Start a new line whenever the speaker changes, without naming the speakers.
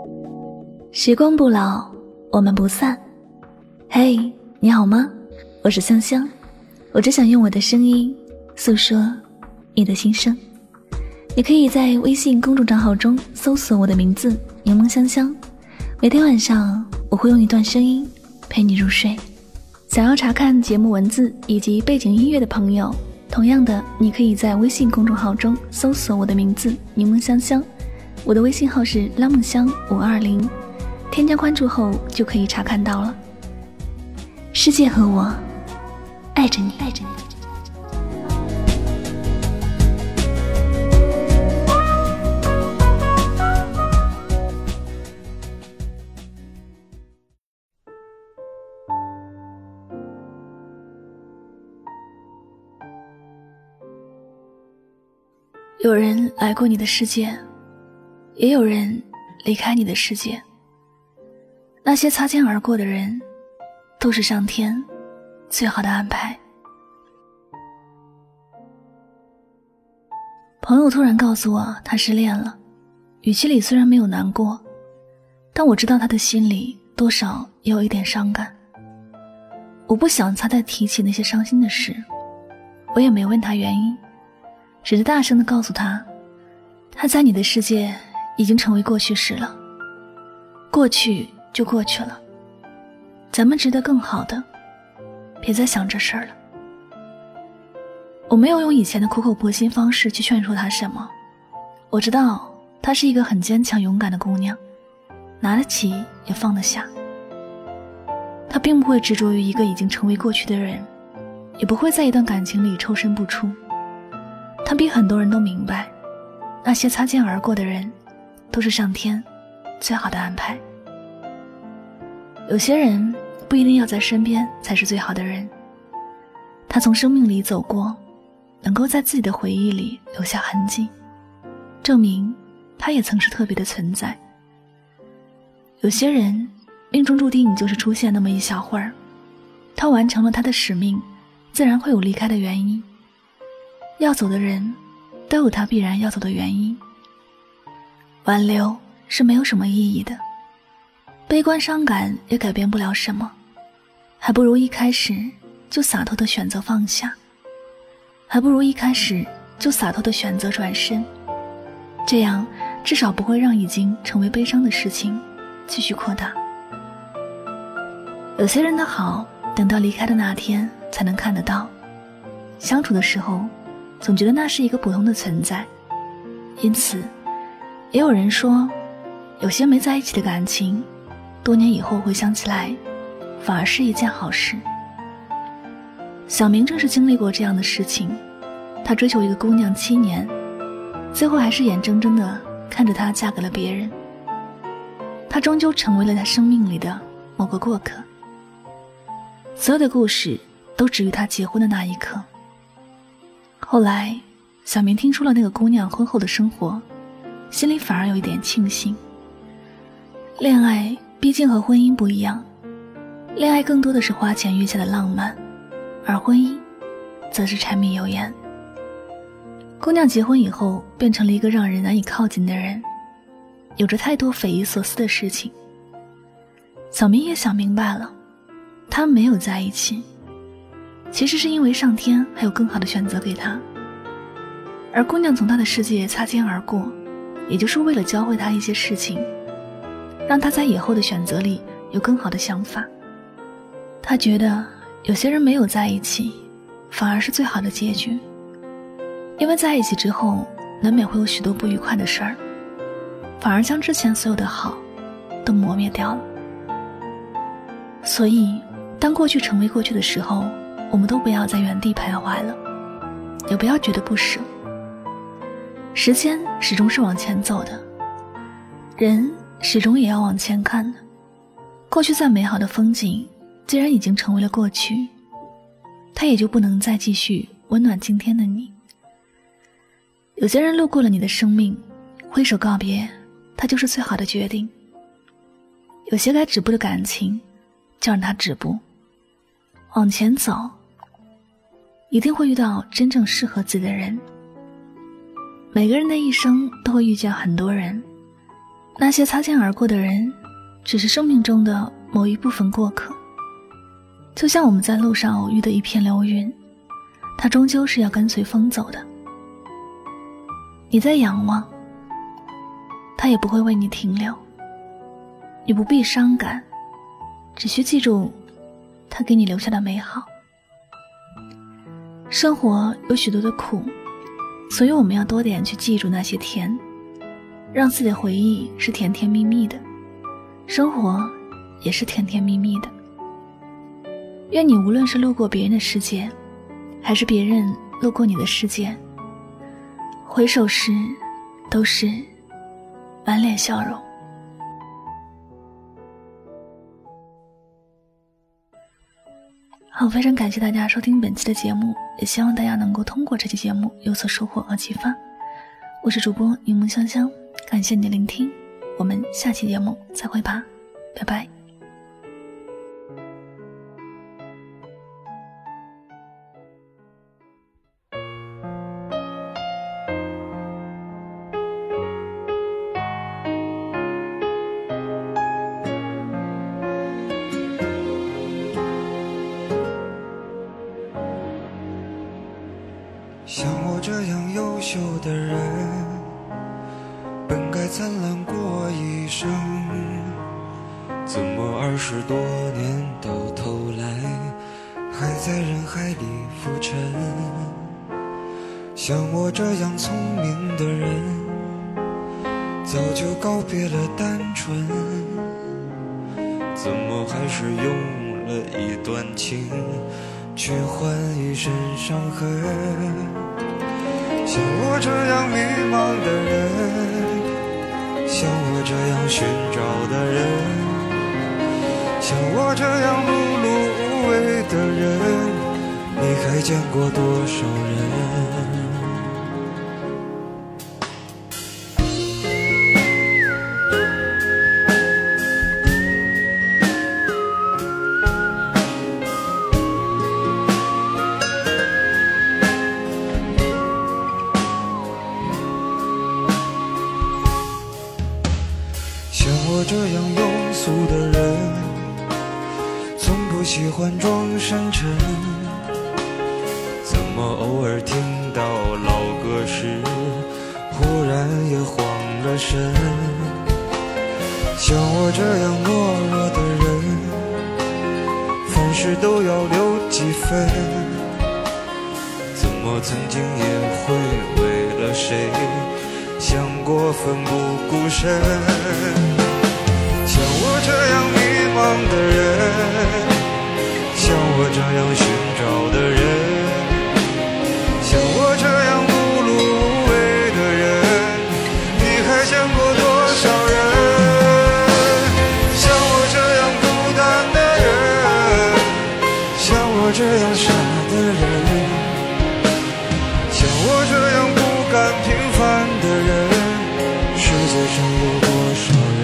时光不老，我们不散。嘿，你好吗？我是香香，我只想用我的声音诉说你的心声。你可以在微信公众账号中搜索我的名字柠檬香香，每天晚上我会用一段声音陪你入睡。想要查看节目文字以及背景音乐的朋友，同样的，你可以在微信公众号中搜索我的名字柠檬香香，我的微信号是拉梦香520，添加关注后就可以查看到了。世界和我爱着你，爱着你。有人来过你的世界，也有人离开你的世界。那些擦肩而过的人，都是上天最好的安排。朋友突然告诉我他失恋了，语气里虽然没有难过，但我知道他的心里多少也有一点伤感。我不想他再提起那些伤心的事，我也没问他原因，只是大声地告诉他，他在你的世界已经成为过去式了，过去就过去了，咱们值得更好的，别再想这事儿了。我没有用以前的苦口婆心方式去劝说他什么，我知道她是一个很坚强勇敢的姑娘，拿得起也放得下。她并不会执着于一个已经成为过去的人，也不会在一段感情里抽身不出。她比很多人都明白，那些擦肩而过的人都是上天最好的安排。有些人不一定要在身边才是最好的人，他从生命里走过，能够在自己的回忆里留下痕迹，证明他也曾是特别的存在。有些人命中注定就是出现那么一小会儿，他完成了他的使命，自然会有离开的原因。要走的人都有他必然要走的原因，挽留是没有什么意义的，悲观伤感也改变不了什么，还不如一开始就洒脱地选择放下，还不如一开始就洒脱地选择转身，这样至少不会让已经成为悲伤的事情继续扩大。有些人的好，等到离开的那天才能看得到，相处的时候总觉得那是一个普通的存在。因此也有人说，有些没在一起的感情，多年以后回想起来反而是一件好事。小明正是经历过这样的事情，他追求一个姑娘7年，最后还是眼睁睁地看着她嫁给了别人。他终究成为了他生命里的某个过客，所有的故事都止于他结婚的那一刻。后来小明听说了那个姑娘婚后的生活，心里反而有一点庆幸。恋爱毕竟和婚姻不一样，恋爱更多的是花前月下的浪漫，而婚姻则是柴米油盐。姑娘结婚以后变成了一个让人难以靠近的人，有着太多匪夷所思的事情。小明也想明白了，他们没有在一起，其实是因为上天还有更好的选择给他，而姑娘从他的世界擦肩而过，也就是为了教会他一些事情，让他在以后的选择里有更好的想法。他觉得有些人没有在一起反而是最好的结局，因为在一起之后难免会有许多不愉快的事儿，反而将之前所有的好都磨灭掉了。所以当过去成为过去的时候，我们都不要在原地徘徊了，也不要觉得不舍。时间始终是往前走的，人始终也要往前看的。过去再美好的风景既然已经成为了过去，它也就不能再继续温暖今天的你。有些人路过了你的生命，挥手告别，它就是最好的决定。有些该止步的感情，就让它止步，往前走，一定会遇到真正适合自己的人。每个人的一生都会遇见很多人， 那些擦肩而过的人，只是生命中的某一部分过客。就像我们在路上偶遇的一片流云，它终究是要跟随风走的。你在仰望，它也不会为你停留。你不必伤感，只需记住它给你留下的美好。生活有许多的苦，所以我们要多点去记住那些甜，让自己的回忆是甜甜蜜蜜的，生活也是甜甜蜜蜜的。愿你无论是路过别人的世界，还是别人路过你的世界，回首时都是满脸笑容。好，非常感谢大家收听本期的节目，也希望大家能够通过这期节目有所收获和启发。我是主播柠檬香香，感谢你的聆听，我们下期节目再会吧，拜拜。
像我这样优秀的人，本该灿烂过一生，怎么20多年到头来还在人海里浮沉？像我这样聪明的人，早就告别了单纯，怎么还是用了一段情去换一身伤痕？像我这样迷茫的人，像我这样寻找的人，像我这样碌碌无为的人，你还见过多少人？像我这样庸俗的人，从不喜欢装深沉，怎么偶尔听到老歌时，忽然也慌了神？像我这样懦弱的人，凡事都要留几分，怎么曾经也会为了谁想过奋不顾身？像我这样迷茫的人，像我这样寻找的人，像我这样碌碌无为的人，你还见过多少人？像我这样孤单的人，像我这样傻的人，像我这样不甘平凡的人，世界上有多少人？